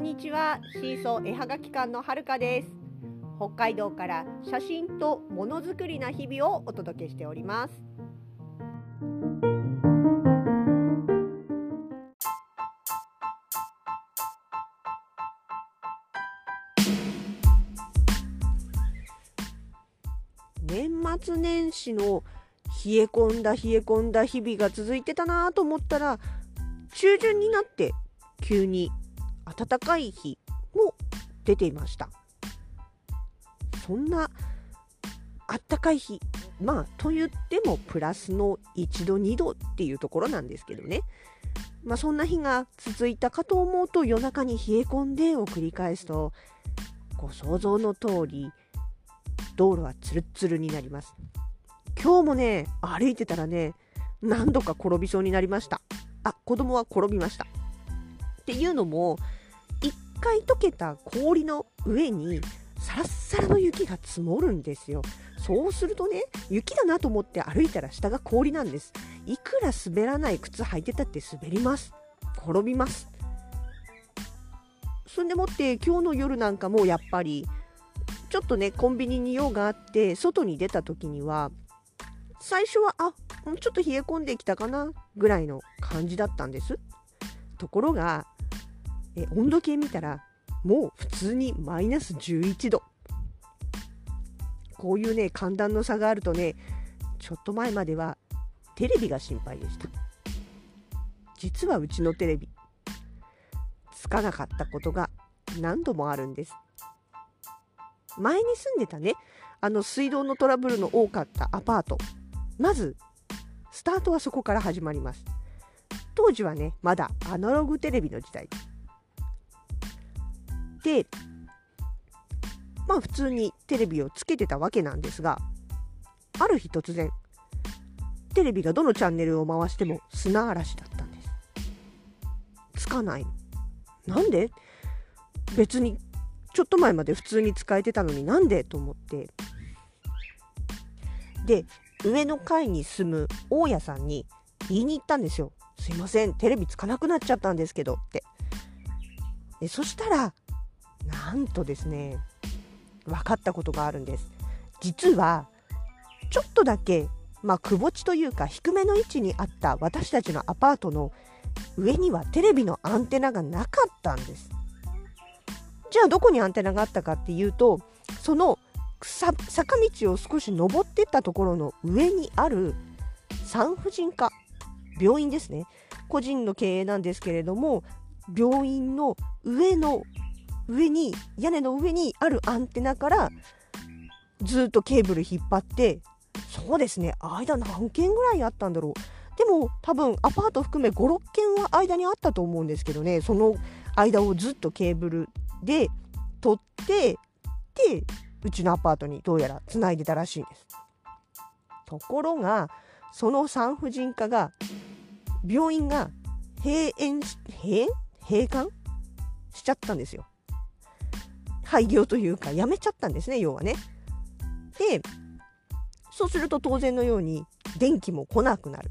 んにちは。シーソー絵はがき館のはるかです。北海道から写真とものづくりな日々をお届けしております。年末年始の冷え込んだ日々が続いてたなと思ったら、中旬になって急に暖かい日も出ていました。そんな暖かい日、と言ってもプラスの1度2度っていうところなんですけどね。そんな日が続いたかと思うと、夜中に冷え込んでを繰り返すと、ご想像の通り道路はツルッツルになります。今日もね、歩いてたらね、何度か転びそうになりました。子供は転びました。っていうのも、一回溶けた氷の上にサラッサラの雪が積もるんですよ。そうするとね、雪だなと思って歩いたら下が氷なんです。いくら滑らない靴履いてたって滑ります。転びます。そんでもって今日の夜なんかもやっぱりちょっとね、コンビニに用があって外に出た時には、最初はちょっと冷え込んできたかなぐらいの感じだったんです。ところが温度計見たらもう普通にマイナス11度。こういうね、寒暖の差があるとね、ちょっと前まではテレビが心配でした。実はうちのテレビつかなかったことが何度もあるんです。前に住んでたね、水道のトラブルの多かったアパート、まずスタートはそこから始まります。当時はね、まだアナログテレビの時代で、普通にテレビをつけてたわけなんですが、ある日突然テレビがどのチャンネルを回しても砂嵐だったんです。つかないの。なんで？別にちょっと前まで普通に使えてたのになんでと思って、で、上の階に住む大家さんに言いに行ったんですよ。すいません、テレビつかなくなっちゃったんですけどって。そしたらなんとですね、分かったことがあるんです。実はちょっとだけくぼ地というか低めの位置にあった私たちのアパートの上にはテレビのアンテナがなかったんです。じゃあどこにアンテナがあったかっていうと、その坂道を少し登っていったところの上にある産婦人科、病院ですね。個人の経営なんですけれども、病院の上に、屋根の上にあるアンテナからずっとケーブル引っ張って、そうですね、間何軒ぐらいあったんだろう。でも多分アパート含め 5,6 軒は間にあったと思うんですけどね、その間をずっとケーブルで取って、でうちのアパートにどうやらつないでたらしいんです。ところがその産婦人科が、病院が閉館しちゃったんですよ。廃業というか辞めちゃったんですね、要はね。で、そうすると当然のように電気も来なくなる。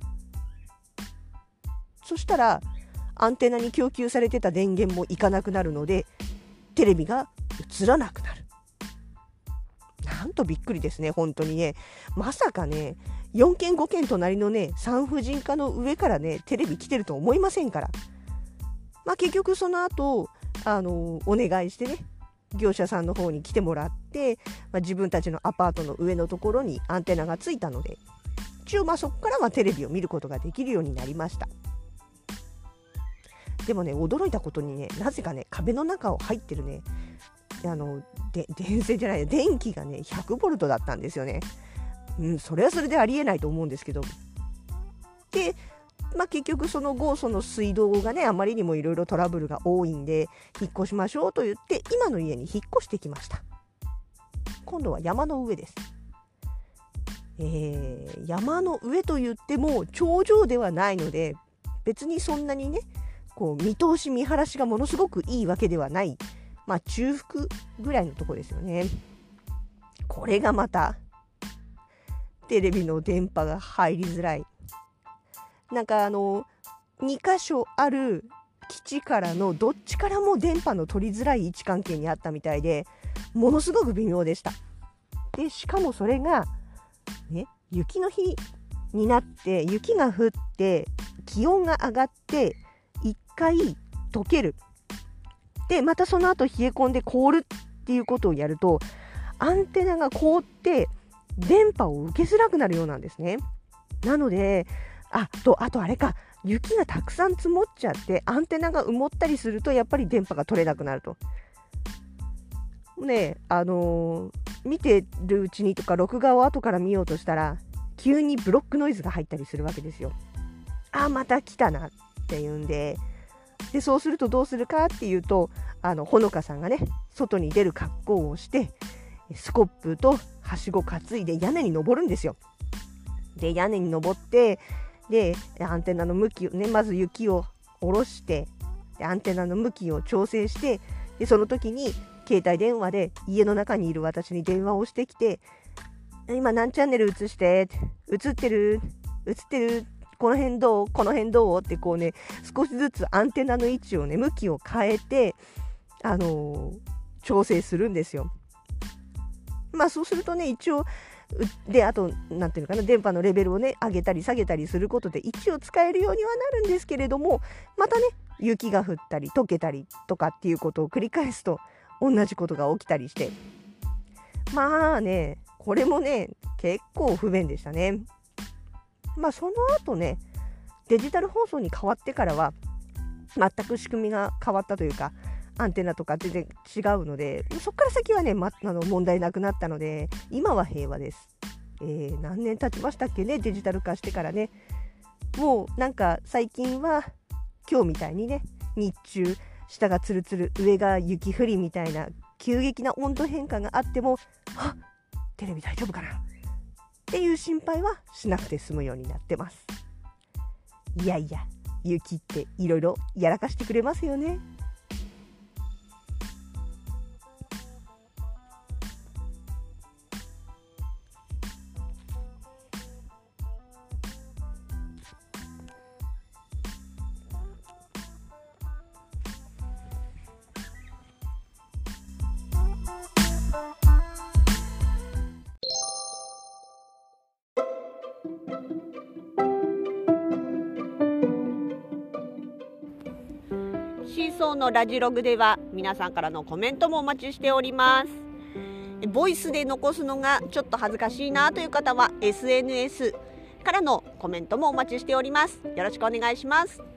そしたらアンテナに供給されてた電源もいかなくなるので、テレビが映らなくなる。なんとびっくりですね、本当にね。まさかね、4軒5軒隣のね、産婦人科の上からね、テレビ来てると思いませんから。結局その後お願いしてね、業者さんの方に来てもらって、自分たちのアパートの上のところにアンテナがついたので、一応そこからはテレビを見ることができるようになりました。でもね、驚いたことにね、なぜかね、壁の中を入ってるね、電線じゃない、電気がね100ボルトだったんですよね。それはそれでありえないと思うんですけど、で結局その後、その水道がね、あまりにもいろいろトラブルが多いんで引っ越しましょうと言って、今の家に引っ越してきました。今度は山の上です。山の上と言っても頂上ではないので、別にそんなにね、見通し見晴らしがものすごくいいわけではない、中腹ぐらいのとこですよね。これがまたテレビの電波が入りづらい。2箇所ある基地からのどっちからも電波の取りづらい位置関係にあったみたいで、ものすごく微妙でした。でしかもそれが、ね、雪の日になって雪が降って気温が上がって一回溶ける。でまたその後冷え込んで凍るっていうことをやると、アンテナが凍って電波を受けづらくなるようなんですね。なのであとあれか、雪がたくさん積もっちゃってアンテナが埋もったりするとやっぱり電波が取れなくなると。ね、見てるうちにとか録画を後から見ようとしたら急にブロックノイズが入ったりするわけですよ。また来たなっていうんで、そうするとどうするかっていうと、ほのかさんがね外に出る格好をしてスコップとはしご担いで屋根に登るんですよ。で屋根に登ってでアンテナの向きをね、まず雪を下ろしてでアンテナの向きを調整して、でその時に携帯電話で家の中にいる私に電話をしてきて、今何チャンネル映して、映ってる、この辺どうってこうね、少しずつアンテナの位置をね、向きを変えて、調整するんですよ。そうするとね、一応で、あとなんていうのかな、電波のレベルをね上げたり下げたりすることで一応使えるようにはなるんですけれども、またね雪が降ったり溶けたりとかっていうことを繰り返すと同じことが起きたりして、これもね結構不便でしたね。その後ねデジタル放送に変わってからは全く仕組みが変わったというか、アンテナとか全然違うので、そこから先はね、問題なくなったので今は平和です。何年経ちましたっけね、デジタル化してからね。もうなんか最近は今日みたいにね、日中下がツルツル上が雪降りみたいな急激な温度変化があっても、テレビ大丈夫かなっていう心配はしなくて済むようになってます。いやいや、雪っていろいろやらかしてくれますよね。 シーソーのラジログでは皆さんからのコメントもお待ちしております。ボイスで残すのがちょっと恥ずかしいなという方は SNS からのコメントもお待ちしております。よろしくお願いします。